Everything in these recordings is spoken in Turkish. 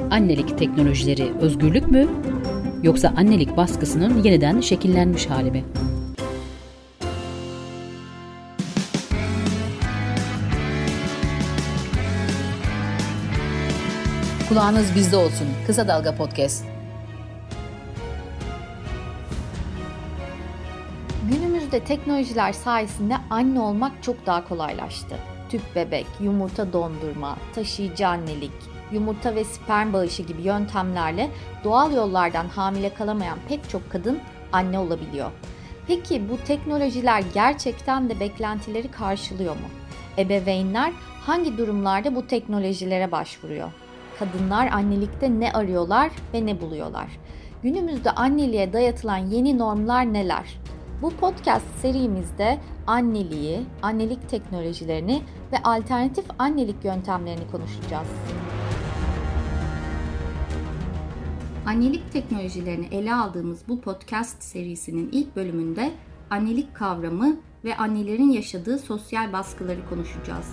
Annelik teknolojileri özgürlük mü? Yoksa annelik baskısının yeniden şekillenmiş hali mi? Kulağınız bizde olsun. Kısa Dalga Podcast. Günümüzde teknolojiler sayesinde anne olmak çok daha kolaylaştı. Tüp bebek, yumurta dondurma, taşıyıcı annelik, yumurta ve sperm bağışı gibi yöntemlerle doğal yollardan hamile kalamayan pek çok kadın anne olabiliyor. Peki bu teknolojiler gerçekten de beklentileri karşılıyor mu? Ebeveynler hangi durumlarda bu teknolojilere başvuruyor? Kadınlar annelikte ne arıyorlar ve ne buluyorlar? Günümüzde anneliğe dayatılan yeni normlar neler? Bu podcast serimizde anneliği, annelik teknolojilerini ve alternatif annelik yöntemlerini konuşacağız. Annelik teknolojilerini ele aldığımız bu podcast serisinin ilk bölümünde annelik kavramı ve annelerin yaşadığı sosyal baskıları konuşacağız.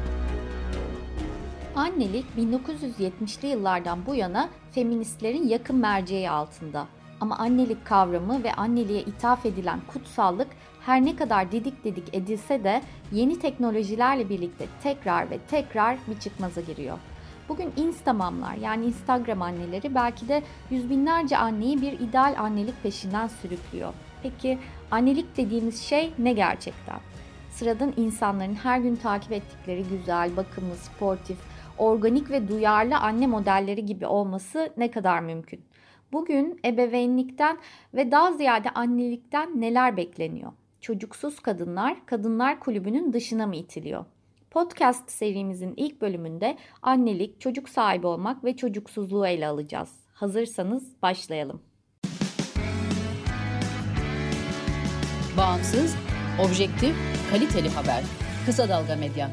Annelik 1970'li yıllardan bu yana feministlerin yakın merceği altında. Ama annelik kavramı ve anneliğe ithaf edilen kutsallık her ne kadar didik didik edilse de yeni teknolojilerle birlikte tekrar ve tekrar bir çıkmaza giriyor. Bugün Instamamlar yani Instagram anneleri belki de yüz binlerce anneyi bir ideal annelik peşinden sürüklüyor. Peki annelik dediğimiz şey ne gerçekten? Sıradan insanların her gün takip ettikleri güzel, bakımlı, sportif, organik ve duyarlı anne modelleri gibi olması ne kadar mümkün? Bugün ebeveynlikten ve daha ziyade annelikten neler bekleniyor? Çocuksuz kadınlar, Kadınlar Kulübü'nün dışına mı itiliyor? Podcast serimizin ilk bölümünde annelik, çocuk sahibi olmak ve çocuksuzluğu ele alacağız. Hazırsanız başlayalım. Bağımsız, objektif, kaliteli haber. Kısa Dalga Medya.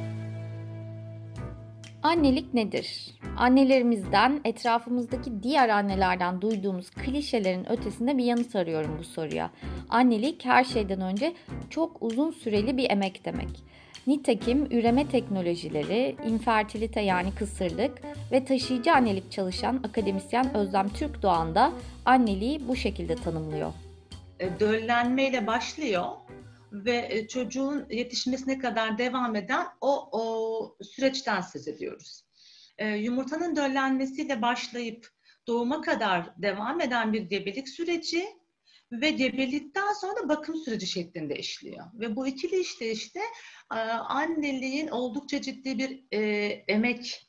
Annelik nedir? Annelerimizden, etrafımızdaki diğer annelerden duyduğumuz klişelerin ötesinde bir yanıt arıyorum bu soruya. Annelik her şeyden önce çok uzun süreli bir emek demek. Nitekim üreme teknolojileri, infertilite yani kısırlık ve taşıyıcı annelik çalışan akademisyen Özlem Türkdoğan da anneliği bu şekilde tanımlıyor. Döllenmeyle başlıyor ve çocuğun yetişmesine kadar devam eden o süreçten söz ediyoruz. Yumurtanın döllenmesiyle başlayıp doğuma kadar devam eden bir gebelik süreci ve gebelikten sonra bakım süreci şeklinde işliyor. Ve bu ikili işleyişte anneliğin oldukça ciddi bir emek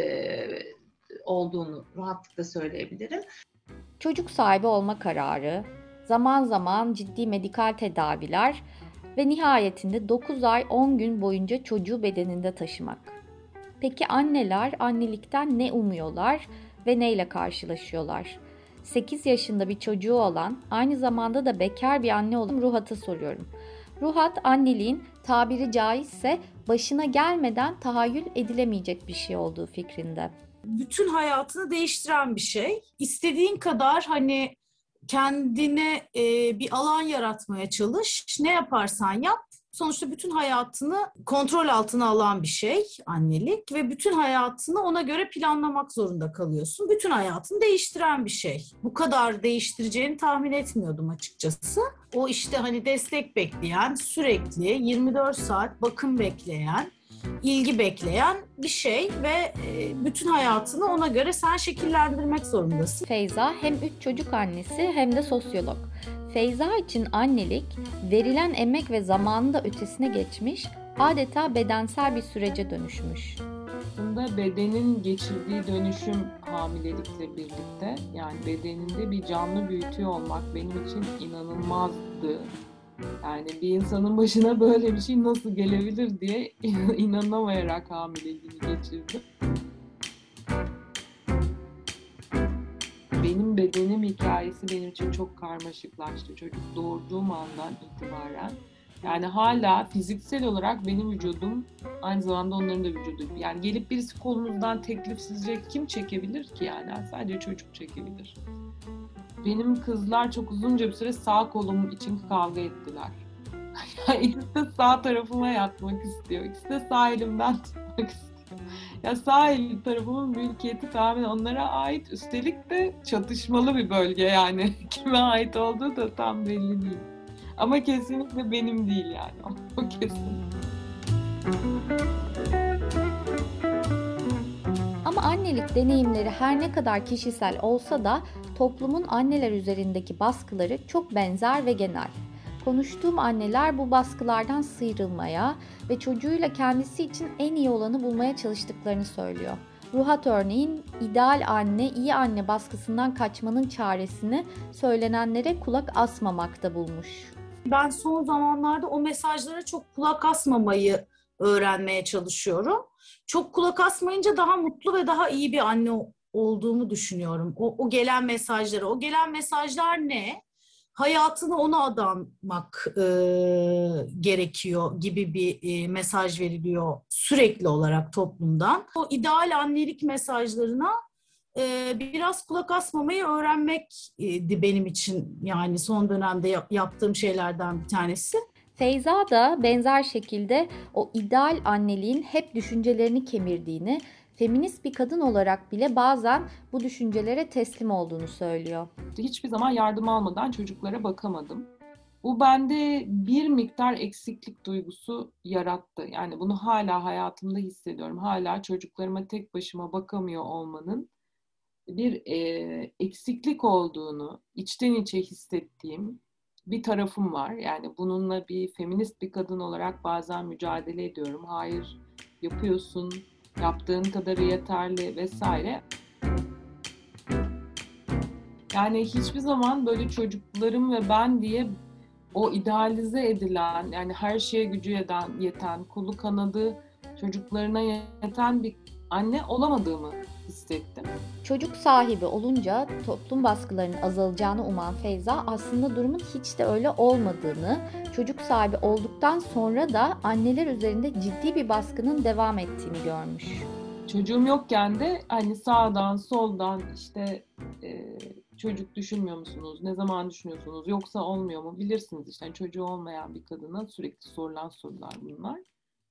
olduğunu rahatlıkla söyleyebilirim. Çocuk sahibi olma kararı, zaman zaman ciddi medikal tedaviler ve nihayetinde 9 ay 10 gün boyunca çocuğu bedeninde taşımak. Peki anneler annelikten ne umuyorlar ve neyle karşılaşıyorlar? 8 yaşında bir çocuğu olan, aynı zamanda da bekar bir anne olan Ruhat'a soruyorum. Ruhat, anneliğin tabiri caizse başına gelmeden tahayyül edilemeyecek bir şey olduğu fikrinde. Bütün hayatını değiştiren bir şey. İstediğin kadar kendine bir alan yaratmaya çalış. Ne yaparsan yap. Sonuçta bütün hayatını kontrol altına alan bir şey annelik ve bütün hayatını ona göre planlamak zorunda kalıyorsun. Bütün hayatını değiştiren bir şey. Bu kadar değiştireceğini tahmin etmiyordum açıkçası. O destek bekleyen, sürekli 24 saat bakım bekleyen, ilgi bekleyen bir şey ve bütün hayatını ona göre sen şekillendirmek zorundasın. Feyza hem 3 çocuk annesi hem de sosyolog. Feyza için annelik verilen emek ve zamanın da ötesine geçmiş, adeta bedensel bir sürece dönüşmüş. Aslında bedenin geçirdiği dönüşüm hamilelikle birlikte, yani bedeninde bir canlı büyütüyor olmak benim için inanılmazdı. Yani bir insanın başına böyle bir şey nasıl gelebilir diye inanamayarak hamileliğini geçirdim. Benim bedenim hikayesi benim için çok karmaşıklaştı. Çocuk doğurduğum andan itibaren. Yani hala fiziksel olarak benim vücudum aynı zamanda onların da vücudu. Yani gelip birisi kolunuzdan teklifsizce kim çekebilir ki yani? Sadece çocuk çekebilir. Benim kızlar çok uzunca bir süre sağ kolum için kavga ettiler. Yani ikisi de sağ tarafıma yatmak istiyor. İkisi de sağ elimden tutmak istiyor. Ya sahil tarafımın mülkiyeti tamamen onlara ait. Üstelik de çatışmalı bir bölge yani. Kime ait olduğu da tam belli değil. Ama kesinlikle benim değil yani. O kesin. Ama annelik deneyimleri her ne kadar kişisel olsa da toplumun anneler üzerindeki baskıları çok benzer ve genel. Konuştuğum anneler bu baskılardan sıyrılmaya ve çocuğuyla kendisi için en iyi olanı bulmaya çalıştıklarını söylüyor. Ruhat örneğin ideal anne, iyi anne baskısından kaçmanın çaresini söylenenlere kulak asmamakta bulmuş. Ben son zamanlarda o mesajlara çok kulak asmamayı öğrenmeye çalışıyorum. Çok kulak asmayınca daha mutlu ve daha iyi bir anne olduğumu düşünüyorum. O gelen mesajlar ne? Hayatını ona adanmak gerekiyor gibi bir mesaj veriliyor sürekli olarak toplumdan. O ideal annelik mesajlarına biraz kulak asmamayı öğrenmekti benim için, yani son dönemde yaptığım şeylerden bir tanesi. Feyza da benzer şekilde o ideal anneliğin hep düşüncelerini kemirdiğini, feminist bir kadın olarak bile bazen bu düşüncelere teslim olduğunu söylüyor. Hiçbir zaman yardım almadan çocuklara bakamadım. Bu bende bir miktar eksiklik duygusu yarattı. Yani bunu hala hayatımda hissediyorum. Hala çocuklarıma tek başıma bakamıyor olmanın bir eksiklik olduğunu içten içe hissettiğim bir tarafım var. Yani bununla bir feminist bir kadın olarak bazen mücadele ediyorum. Hayır, yapıyorsun, yaptığın kadarı yeterli vesaire. Yani hiçbir zaman böyle çocuklarım ve ben diye o idealize edilen, yani her şeye gücü yeten, kolu kanadı çocuklarına yeten bir anne olamadığımı hissettim. Çocuk sahibi olunca toplum baskılarının azalacağını uman Feyza aslında durumun hiç de öyle olmadığını, çocuk sahibi olduktan sonra da anneler üzerinde ciddi bir baskının devam ettiğini görmüş. Çocuğum yokken de hani sağdan soldan işte çocuk düşünmüyor musunuz? Ne zaman düşünüyorsunuz? Yoksa olmuyor mu? Bilirsiniz işte hani çocuğu olmayan bir kadına sürekli sorulan sorular bunlar.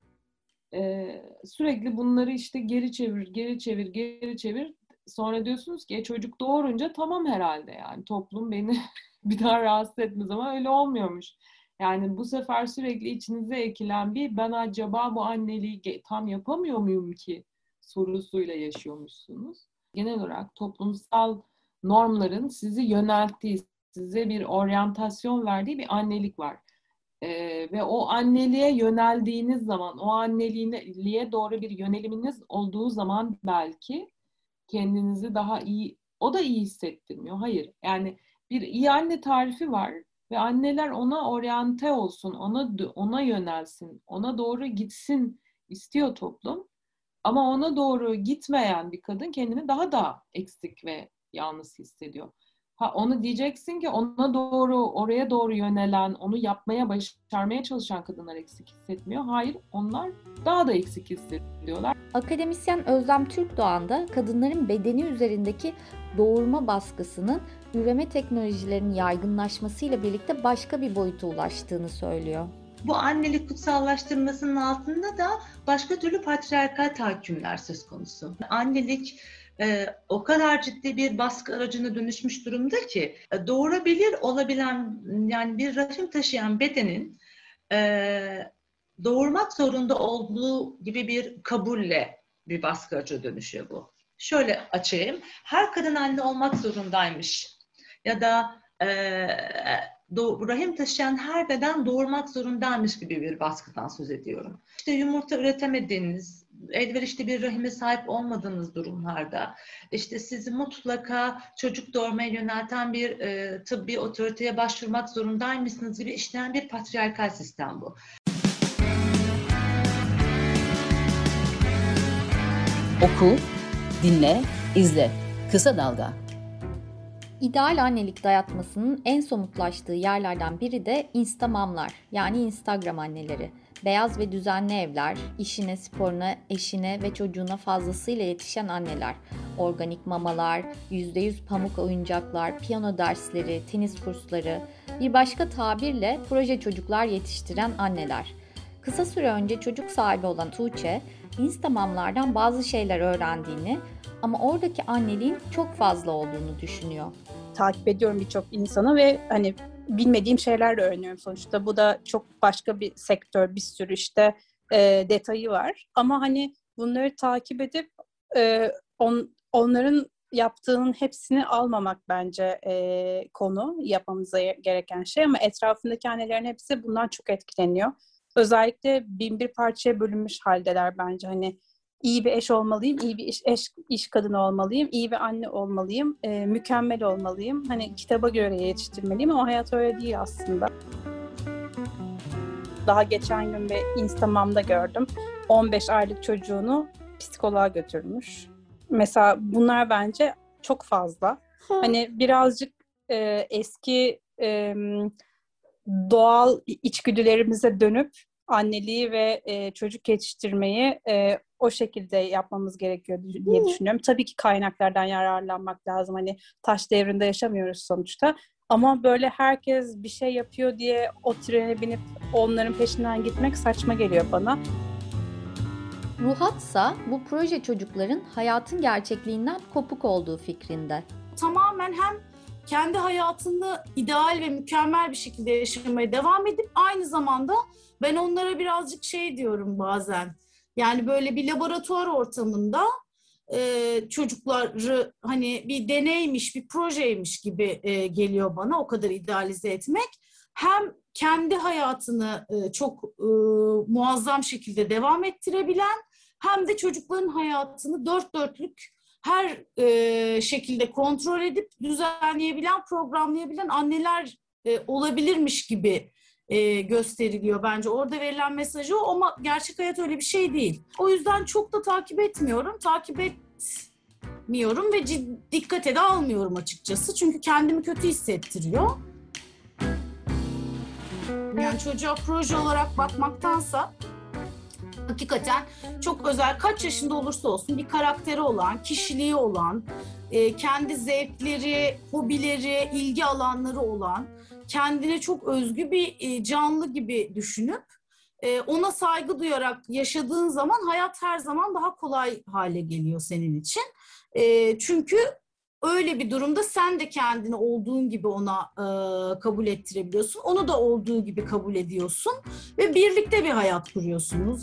Sürekli bunları işte geri çevir. Sonra diyorsunuz ki çocuk doğurunca tamam herhalde yani toplum beni bir daha rahatsız etmez, ama öyle olmuyormuş. Yani bu sefer sürekli içinize ekilen bir ben acaba bu anneliği tam yapamıyor muyum ki sorusuyla yaşıyormuşsunuz. Genel olarak toplumsal normların sizi yönelttiği, size bir oryantasyon verdiği bir annelik var. Ve o anneliğe yöneldiğiniz zaman, o anneliğe doğru bir yöneliminiz olduğu zaman belki kendinizi daha iyi, o da iyi hissettirmiyor. Hayır, yani bir iyi anne tarifi var ve anneler ona oryante olsun, ona yönelsin, ona doğru gitsin istiyor toplum. Ama ona doğru gitmeyen bir kadın kendini daha da eksik ve yalnız hissediyor. Onu diyeceksin ki oraya doğru yönelen, onu başarmaya çalışan kadınlar eksik hissetmiyor. Hayır, onlar daha da eksik hissediyorlar. Akademisyen Özlem Türkdoğan da kadınların bedeni üzerindeki doğurma baskısının üreme teknolojilerinin yaygınlaşmasıyla birlikte başka bir boyuta ulaştığını söylüyor. Bu annelik kutsallaştırmasının altında da başka türlü patriarkal tahakkümler söz konusu. Annelik o kadar ciddi bir baskı aracına dönüşmüş durumda ki doğurabilir olabilen, yani bir rahim taşıyan bedenin doğurmak zorunda olduğu gibi bir kabulle bir baskı aracına dönüşüyor bu. Şöyle açayım, her kadın anne olmak zorundaymış ya da rahim taşıyan her beden doğurmak zorundaymış gibi bir baskıdan söz ediyorum. İşte yumurta üretemediğiniz, elverişli bir rahime sahip olmadığınız durumlarda işte sizi mutlaka çocuk doğurmaya yönelten bir tıbbi otoriteye başvurmak zorundaymışsınız gibi işleyen bir patriarkal sistem bu. Oku, dinle, izle. Kısa Dalga. İdeal annelik dayatmasının en somutlaştığı yerlerden biri de Instamamlar, yani Instagram anneleri. Beyaz ve düzenli evler, işine, sporuna, eşine ve çocuğuna fazlasıyla yetişen anneler. Organik mamalar, %100 pamuk oyuncaklar, piyano dersleri, tenis kursları, bir başka tabirle proje çocuklar yetiştiren anneler. Kısa süre önce çocuk sahibi olan Tuğçe, Instamam'lardan bazı şeyler öğrendiğini ama oradaki anneliğin çok fazla olduğunu düşünüyor. Takip ediyorum birçok insanı ve hani bilmediğim şeyler de öğreniyorum sonuçta. Bu da çok başka bir sektör, bir sürü işte detayı var. Ama hani bunları takip edip onların yaptığının hepsini almamak bence konu, yapmamız gereken şey. Ama etrafındaki annelerin hepsi bundan çok etkileniyor. Özellikle bin bir parçaya bölünmüş haldeler bence. Hani iyi bir eş olmalıyım, iyi bir iş kadını olmalıyım, iyi bir anne olmalıyım, mükemmel olmalıyım. Hani kitaba göre yetiştirmeliyim ama hayat öyle değil aslında. Daha geçen gün bir Instamam'da gördüm. 15 aylık çocuğunu psikoloğa götürmüş. Mesela bunlar bence çok fazla. Hani birazcık eski doğal içgüdülerimize dönüp anneliği ve çocuk yetiştirmeyi o şekilde yapmamız gerekiyor diye düşünüyorum. Tabii ki kaynaklardan yararlanmak lazım. Hani taş devrinde yaşamıyoruz sonuçta. Ama böyle herkes bir şey yapıyor diye o trene binip onların peşinden gitmek saçma geliyor bana. Ruhatsa bu proje çocukların hayatın gerçekliğinden kopuk olduğu fikrinde. Tamamen hem kendi hayatını ideal ve mükemmel bir şekilde yaşamaya devam edip aynı zamanda ben onlara birazcık şey diyorum bazen. Yani böyle bir laboratuvar ortamında çocukları hani bir deneymiş, bir projeymiş gibi geliyor bana o kadar idealize etmek. Hem kendi hayatını çok muazzam şekilde devam ettirebilen hem de çocukların hayatını dört dörtlük her şekilde kontrol edip düzenleyebilen, programlayabilen anneler olabilirmiş gibi gösteriliyor bence. Orada verilen mesajı o ama gerçek hayat öyle bir şey değil. O yüzden çok da takip etmiyorum. Takip etmiyorum ve dikkate de almıyorum açıkçası. Çünkü kendimi kötü hissettiriyor. Yani çocuğa proje olarak bakmaktansa hakikaten çok özel, kaç yaşında olursa olsun bir karakteri olan, kişiliği olan, kendi zevkleri, hobileri, ilgi alanları olan, kendine çok özgü bir canlı gibi düşünüp ona saygı duyarak yaşadığın zaman hayat her zaman daha kolay hale geliyor senin için. Çünkü öyle bir durumda sen de kendini olduğun gibi ona kabul ettirebiliyorsun. Onu da olduğu gibi kabul ediyorsun ve birlikte bir hayat kuruyorsunuz.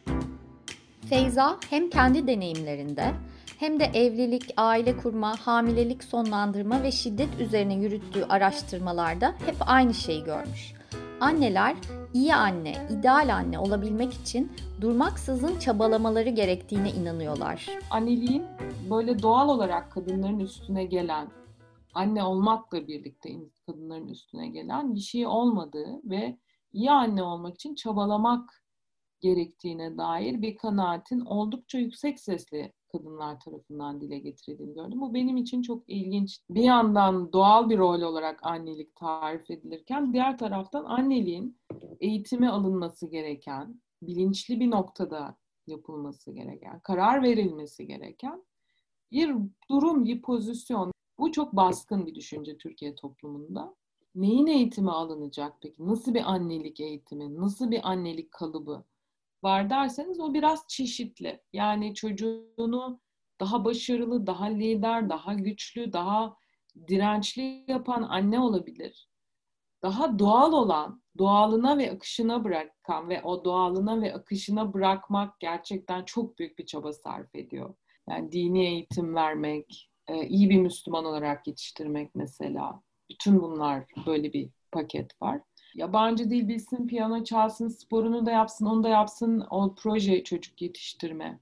Feyza hem kendi deneyimlerinde hem de evlilik, aile kurma, hamilelik sonlandırma ve şiddet üzerine yürüttüğü araştırmalarda hep aynı şeyi görmüş. Anneler iyi anne, ideal anne olabilmek için durmaksızın çabalamaları gerektiğine inanıyorlar. Anneliğin böyle doğal olarak kadınların üstüne gelen, anne olmakla birlikte kadınların üstüne gelen bir şey olmadığı ve iyi anne olmak için çabalamak gerektiğine dair bir kanaatin oldukça yüksek sesli kadınlar tarafından dile getirildiğini gördüm. Bu benim için çok ilginç. Bir yandan doğal bir rol olarak annelik tarif edilirken diğer taraftan anneliğin eğitime alınması gereken, bilinçli bir noktada yapılması gereken, karar verilmesi gereken bir durum, bir pozisyon. Bu çok baskın bir düşünce Türkiye toplumunda. Neyin eğitime alınacak peki? Nasıl bir annelik eğitimi, nasıl bir annelik kalıbı var derseniz o biraz çeşitli. Yani çocuğunu daha başarılı, daha lider, daha güçlü, daha dirençli yapan anne olabilir. Daha doğal olan, doğalına ve akışına bırakan ve o doğalına ve akışına bırakmak gerçekten çok büyük bir çaba sarf ediyor. Yani dini eğitim vermek, iyi bir Müslüman olarak yetiştirmek mesela. Bütün bunlar böyle bir paket var. Yabancı dil bilsin, piyano çalsın, sporunu da yapsın, onu da yapsın. O proje çocuk yetiştirme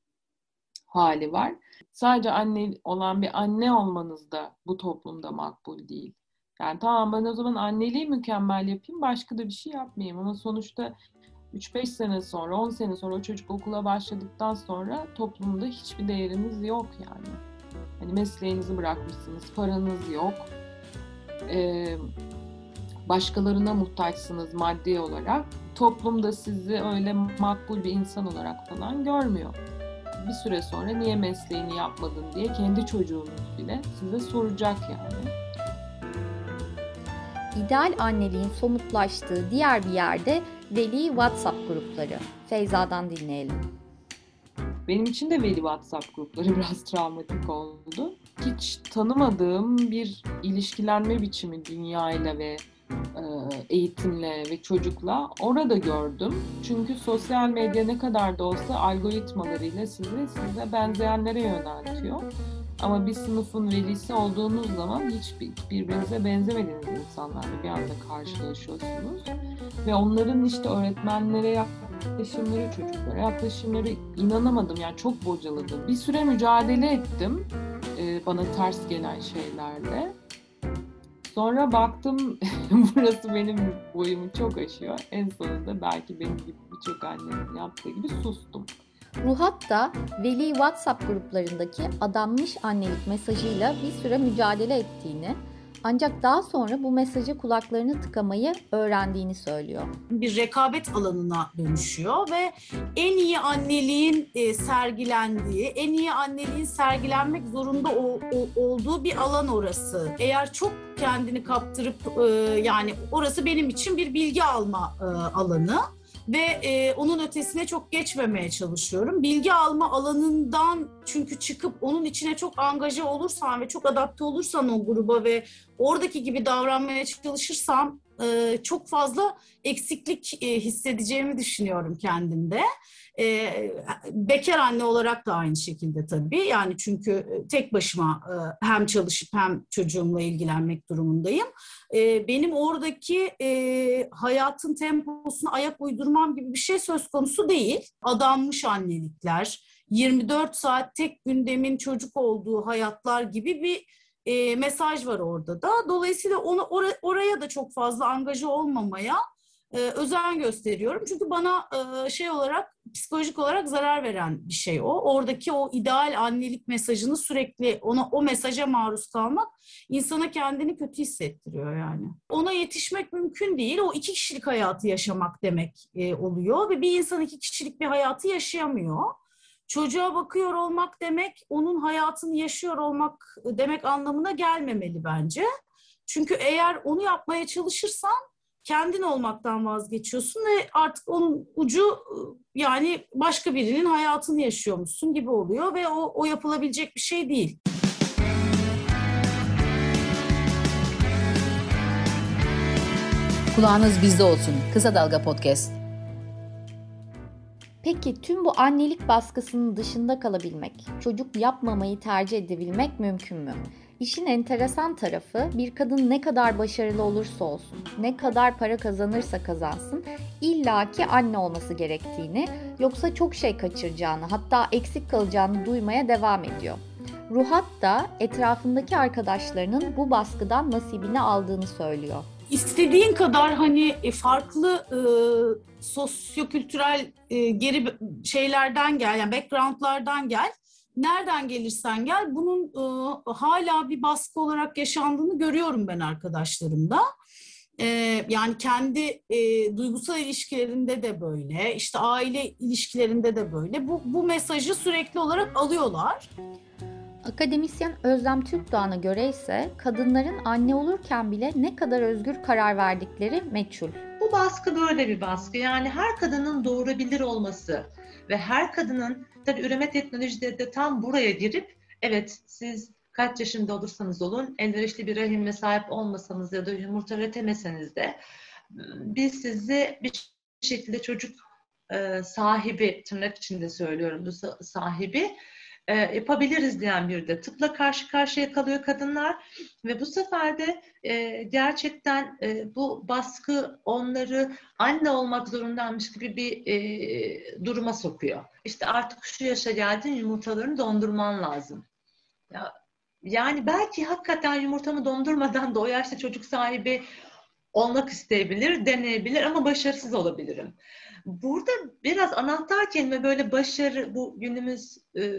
hali var. Sadece anne olan bir anne olmanız da bu toplumda makbul değil. Yani tamam ben o zaman anneliği mükemmel yapayım, başka da bir şey yapmayayım. Ama sonuçta 3-5 sene sonra, 10 sene sonra o çocuk okula başladıktan sonra toplumda hiçbir değeriniz yok yani. Hani mesleğinizi bırakmışsınız, paranız yok. Başkalarına muhtaçsınız maddi olarak. Toplumda sizi öyle makbul bir insan olarak falan görmüyor. Bir süre sonra niye mesleğini yapmadın diye kendi çocuğunuz bile size soracak yani. İdeal anneliğin somutlaştığı diğer bir yerde veli WhatsApp grupları. Feyza'dan dinleyelim. Benim için de veli WhatsApp grupları biraz travmatik oldu. Hiç tanımadığım bir ilişkilenme biçimi dünyayla ve eğitimle ve çocukla orada gördüm. Çünkü sosyal medya ne kadar da olsa algoritmalarıyla size benzeyenlere yöneltiyor. Ama bir sınıfın velisi olduğunuz zaman hiç birbirinize benzemediğiniz insanlarla bir anda karşılaşıyorsunuz. Ve onların işte öğretmenlere yaklaşımları, çocuklara yaklaşımları inanamadım. Yani çok bocaladım. Bir süre mücadele ettim bana ters gelen şeylerle. Sonra baktım burası benim boyumu çok aşıyor. En sonunda belki benim gibi birçok annenin yaptığı gibi sustum. Ruhat da veli WhatsApp gruplarındaki adanmış annelik mesajıyla bir süre mücadele ettiğini, ancak daha sonra bu mesaja kulaklarını tıkamayı öğrendiğini söylüyor. Bir rekabet alanına dönüşüyor ve en iyi anneliğin sergilendiği, en iyi anneliğin sergilenmek zorunda olduğu bir alan orası. Eğer çok kendini kaptırıp yani orası benim için bir bilgi alma alanı. Ve onun ötesine çok geçmemeye çalışıyorum. Bilgi alma alanından çünkü çıkıp onun içine çok angaje olursan ve çok adapte olursan o gruba ve oradaki gibi davranmaya çalışırsam çok fazla eksiklik hissedeceğimi düşünüyorum kendimde. Bekar anne olarak da aynı şekilde tabii. Yani çünkü tek başıma hem çalışıp hem çocuğumla ilgilenmek durumundayım. Benim oradaki hayatın temposuna ayak uydurmam gibi bir şey söz konusu değil. Adanmış annelikler, 24 saat tek gündemin çocuk olduğu hayatlar gibi bir mesaj var orada da. Dolayısıyla oraya da çok fazla angaje olmamaya özen gösteriyorum. Çünkü bana psikolojik olarak zarar veren bir şey o. Oradaki o ideal annelik mesajını sürekli o mesaja maruz kalmak insana kendini kötü hissettiriyor yani. Ona yetişmek mümkün değil. O 2 kişilik hayatı yaşamak demek oluyor ve bir insan 2 kişilik bir hayatı yaşayamıyor. Çocuğa bakıyor olmak demek, onun hayatını yaşıyor olmak demek anlamına gelmemeli bence. Çünkü eğer onu yapmaya çalışırsan kendin olmaktan vazgeçiyorsun ve artık onun ucu yani başka birinin hayatını yaşıyormuşsun gibi oluyor ve o yapılabilecek bir şey değil. Kulağınız bizde olsun. Kısa Dalga Podcast. Peki tüm bu annelik baskısının dışında kalabilmek, çocuk yapmamayı tercih edebilmek mümkün mü? İşin enteresan tarafı bir kadın ne kadar başarılı olursa olsun, ne kadar para kazanırsa kazansın illaki anne olması gerektiğini, yoksa çok şey kaçıracağını, hatta eksik kalacağını duymaya devam ediyor. Ruhat da etrafındaki arkadaşlarının bu baskıdan nasibini aldığını söylüyor. İstediğin kadar farklı sosyokültürel geri şeylerden gel, yani backgroundlardan gel. Nereden gelirsen gel, bunun hala bir baskı olarak yaşandığını görüyorum ben arkadaşlarımda. Yani kendi duygusal ilişkilerinde de böyle, işte aile ilişkilerinde de böyle. Bu mesajı sürekli olarak alıyorlar. Akademisyen Özlem Türkdoğan'a göre ise kadınların anne olurken bile ne kadar özgür karar verdikleri meçhul. Bu baskı böyle bir baskı. Yani her kadının doğurabilir olması ve her kadının tabii üreme teknolojileri de tam buraya girip evet siz kaç yaşında olursanız olun elverişli bir rahime sahip olmasanız ya da yumurta üretemeseniz de biz sizi bir şekilde çocuk sahibi, tırnak içinde söylüyorum bu sahibi, yapabiliriz diyen bir de tıpla karşı karşıya kalıyor kadınlar ve bu sefer de gerçekten bu baskı onları anne olmak zorundaymış gibi bir duruma sokuyor. İşte artık şu yaşa geldin, yumurtalarını dondurman lazım. Yani belki hakikaten yumurtamı dondurmadan da o yaşta çocuk sahibi olmak isteyebilir, deneyebilir ama başarısız olabilirim. Burada biraz anahtar kelime böyle başarı, bu günümüz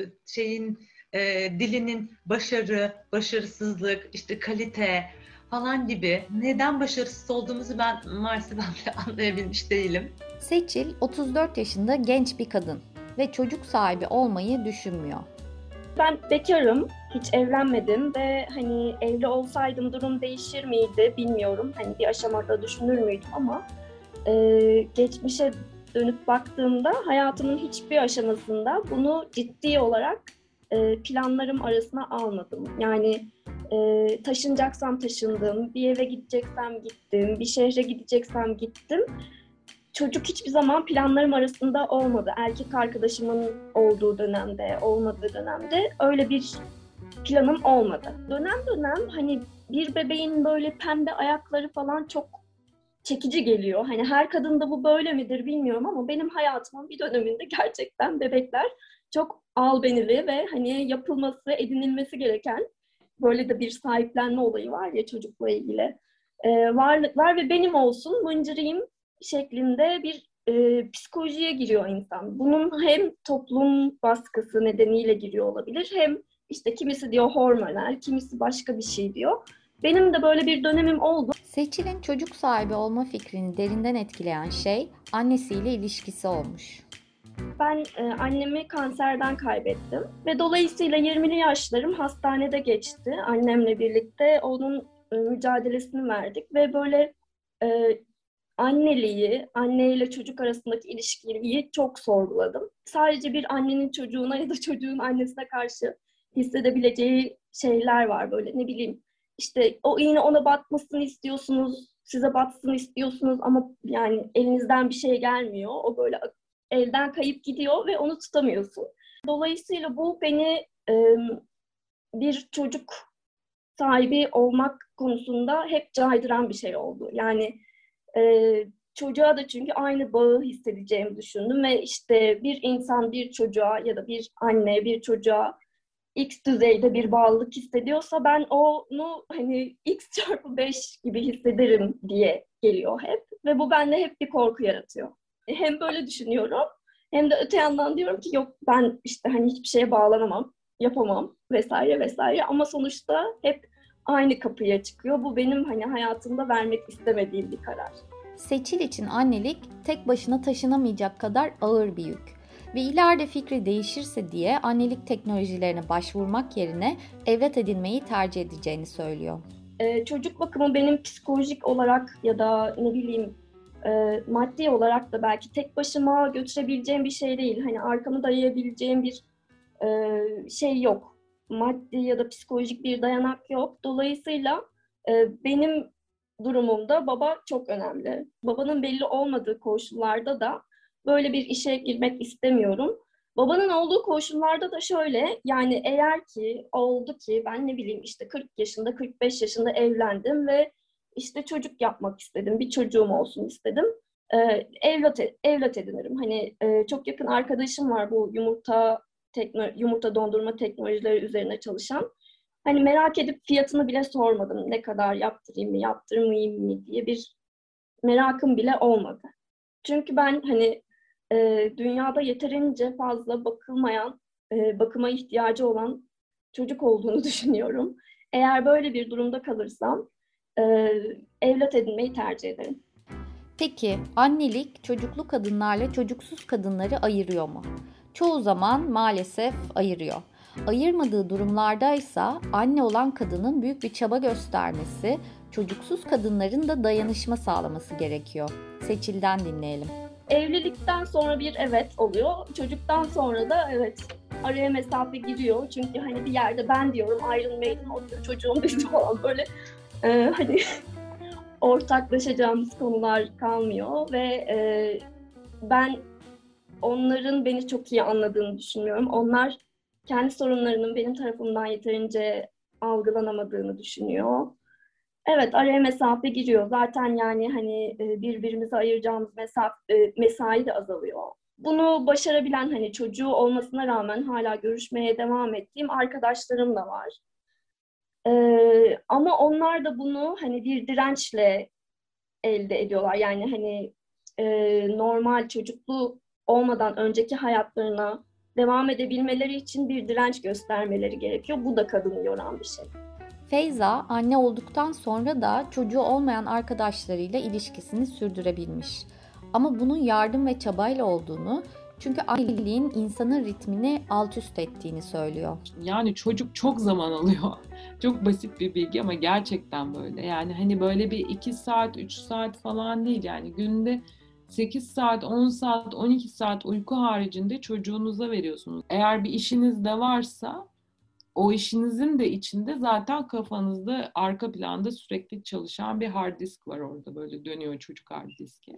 dilinin başarı, başarısızlık, işte kalite falan gibi neden başarısız olduğumuzu ben maalesef anlayabilmiş değilim. Seçil 34 yaşında genç bir kadın ve çocuk sahibi olmayı düşünmüyor. Ben bekarım, hiç evlenmedim ve evli olsaydım durum değişir miydi bilmiyorum. Bir aşamada düşünür müydüm ama geçmişe dönüp baktığımda hayatımın hiçbir aşamasında bunu ciddi olarak planlarım arasına almadım. Yani taşınacaksam taşındım, bir eve gideceksem gittim, bir şehre gideceksem gittim. Çocuk hiçbir zaman planlarım arasında olmadı. Erkek arkadaşımın olduğu dönemde, olmadığı dönemde öyle bir planım olmadı. Dönem dönem hani bir bebeğin böyle pembe ayakları falan çok çekici geliyor. Hani her kadında bu böyle midir bilmiyorum ama benim hayatımın bir döneminde gerçekten bebekler çok albenili ve hani yapılması, edinilmesi gereken, böyle de bir sahiplenme olayı var ya çocukla ilgili varlıklar ve benim olsun, mıncırayım şeklinde bir psikolojiye giriyor insan. Bunun hem toplum baskısı nedeniyle giriyor olabilir, hem işte kimisi diyor hormonal, kimisi başka bir şey diyor. Benim de böyle bir dönemim oldu. Seçil'in çocuk sahibi olma fikrini derinden etkileyen şey annesiyle ilişkisi olmuş. Ben annemi kanserden kaybettim ve dolayısıyla 20'li yaşlarım hastanede geçti. Annemle birlikte onun mücadelesini verdik ve böyle anneliği, anneyle çocuk arasındaki ilişkiyi çok sorguladım. Sadece bir annenin çocuğuna ya da çocuğun annesine karşı hissedebileceği şeyler var, böyle ne bileyim. İşte o iğne ona batmasını istiyorsunuz, size batsın istiyorsunuz ama yani elinizden bir şey gelmiyor. O böyle elden kayıp gidiyor ve onu tutamıyorsun. Dolayısıyla bu beni bir çocuk sahibi olmak konusunda hep caydıran bir şey oldu. Yani çocuğa da çünkü aynı bağı hissedeceğimi düşündüm ve işte bir insan bir çocuğa ya da bir anne bir çocuğa X düzeyde bir bağlılık hissediyorsa ben onu hani X çarpı 5 gibi hissederim diye geliyor hep. Ve bu bende hep bir korku yaratıyor. Hem böyle düşünüyorum hem de öte yandan diyorum ki yok, ben işte hani hiçbir şeye bağlanamam, yapamam vesaire vesaire. Ama sonuçta hep aynı kapıya çıkıyor. Bu benim hani hayatımda vermek istemediğim bir karar. Seçil için annelik tek başına taşınamayacak kadar ağır bir yük. Ve ileride fikri değişirse diye annelik teknolojilerine başvurmak yerine evlat edinmeyi tercih edeceğini söylüyor. Çocuk bakımı benim psikolojik olarak ya da ne bileyim maddi olarak da belki tek başıma götürebileceğim bir şey değil. Hani arkamı dayayabileceğim bir şey yok. Maddi ya da psikolojik bir dayanak yok. Dolayısıyla benim durumumda baba çok önemli. Babanın belli olmadığı koşullarda da böyle bir işe girmek istemiyorum. Babanın olduğu koşullarda da şöyle, yani eğer ki oldu ki ben ne bileyim işte 40 yaşında 45 yaşında evlendim ve işte çocuk yapmak istedim, bir çocuğum olsun istedim. Evlat edinirim. Hani çok yakın arkadaşım var bu yumurta dondurma teknolojileri üzerine çalışan. Hani merak edip fiyatını bile sormadım. Ne kadar yaptırayım mı, yaptırmayayım mı diye bir merakım bile olmadı. Çünkü ben hani dünyada yeterince fazla bakılmayan, bakıma ihtiyacı olan çocuk olduğunu düşünüyorum. Eğer böyle bir durumda kalırsam evlat edinmeyi tercih ederim. Peki annelik çocuklu kadınlarla çocuksuz kadınları ayırıyor mu? Çoğu zaman maalesef ayırıyor. Ayırmadığı durumlardaysa anne olan kadının büyük bir çaba göstermesi, çocuksuz kadınların da dayanışma sağlaması gerekiyor. Seçil'den dinleyelim. Evlilikten sonra bir evet oluyor. Çocuktan sonra da evet araya mesafe giriyor. Çünkü hani bir yerde ben diyorum ayrılmayalım, o diyor çocuğum dedi falan böyle hani ortaklaşacağımız konular kalmıyor ve ben onların beni çok iyi anladığını düşünüyorum. Onlar kendi sorunlarının benim tarafımdan yeterince algılanamadığını düşünüyor. Evet, araya mesafe giriyor. Zaten yani hani birbirimize ayıracağımız mesai de azalıyor. Bunu başarabilen, hani çocuğu olmasına rağmen hala görüşmeye devam ettiğim arkadaşlarım da var. Ama onlar da bunu hani bir dirençle elde ediyorlar. Yani hani normal çocuklu olmadan önceki hayatlarına devam edebilmeleri için bir direnç göstermeleri gerekiyor. Bu da kadını yoran bir şey. Feyza anne olduktan sonra da çocuğu olmayan arkadaşlarıyla ilişkisini sürdürebilmiş. Ama bunun yardım ve çabayla olduğunu, çünkü anneliğin insanın ritmini alt üst ettiğini söylüyor. Yani çocuk çok zaman alıyor. Çok basit bir bilgi ama gerçekten böyle. Yani hani böyle bir 2 saat, 3 saat falan değil. Yani günde 8 saat, 10 saat, 12 saat uyku haricinde çocuğunuza veriyorsunuz. Eğer bir işiniz de varsa o işinizin de içinde zaten kafanızda arka planda sürekli çalışan bir hard disk var, orada böyle dönüyor çocuk hard diski.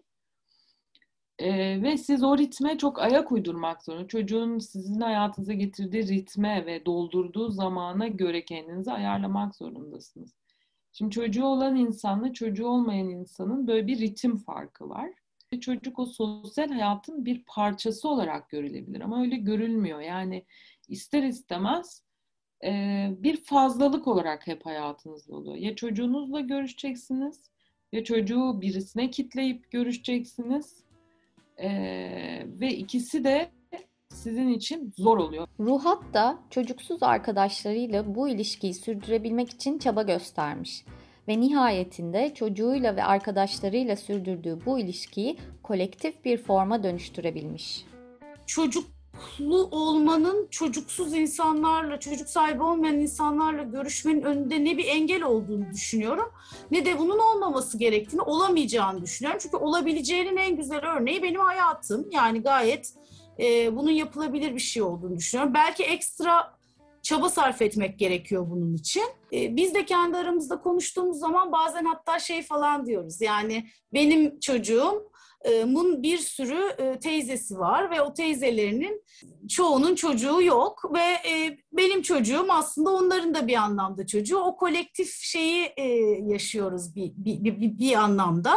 Ve siz o ritme çok ayak uydurmak zorunda. Çocuğun sizin hayatınıza getirdiği ritme ve doldurduğu zamana göre kendinizi ayarlamak zorundasınız. Şimdi çocuğu olan insanla çocuğu olmayan insanın böyle bir ritim farkı var. Çocuk o sosyal hayatın bir parçası olarak görülebilir ama öyle görülmüyor. Yani ister istemez bir fazlalık olarak hep hayatınızda oluyor. Ya çocuğunuzla görüşeceksiniz, ya çocuğu birisine kitleyip görüşeceksiniz ve ikisi de sizin için zor oluyor. Ruhat da çocuksuz arkadaşlarıyla bu ilişkiyi sürdürebilmek için çaba göstermiş ve nihayetinde çocuğuyla ve arkadaşlarıyla sürdürdüğü bu ilişkiyi kolektif bir forma dönüştürebilmiş. Çocuklu olmanın çocuksuz insanlarla, çocuk sahibi olmayan insanlarla görüşmenin önünde ne bir engel olduğunu düşünüyorum, ne de bunun olmaması gerektiğini, olamayacağını düşünüyorum. Çünkü olabileceğinin en güzel örneği benim hayatım. Yani gayet bunun yapılabilir bir şey olduğunu düşünüyorum. Belki ekstra çaba sarf etmek gerekiyor bunun için. Biz de kendi aramızda konuştuğumuz zaman bazen hatta falan diyoruz. Yani benim çocuğumun bir sürü teyzesi var ve o teyzelerinin çoğunun çocuğu yok ve benim çocuğum aslında onların da bir anlamda çocuğu. O kolektif şeyi yaşıyoruz bir anlamda.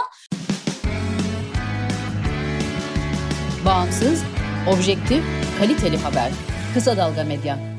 Bağımsız, objektif, kaliteli haber. Kısa Dalga Medya.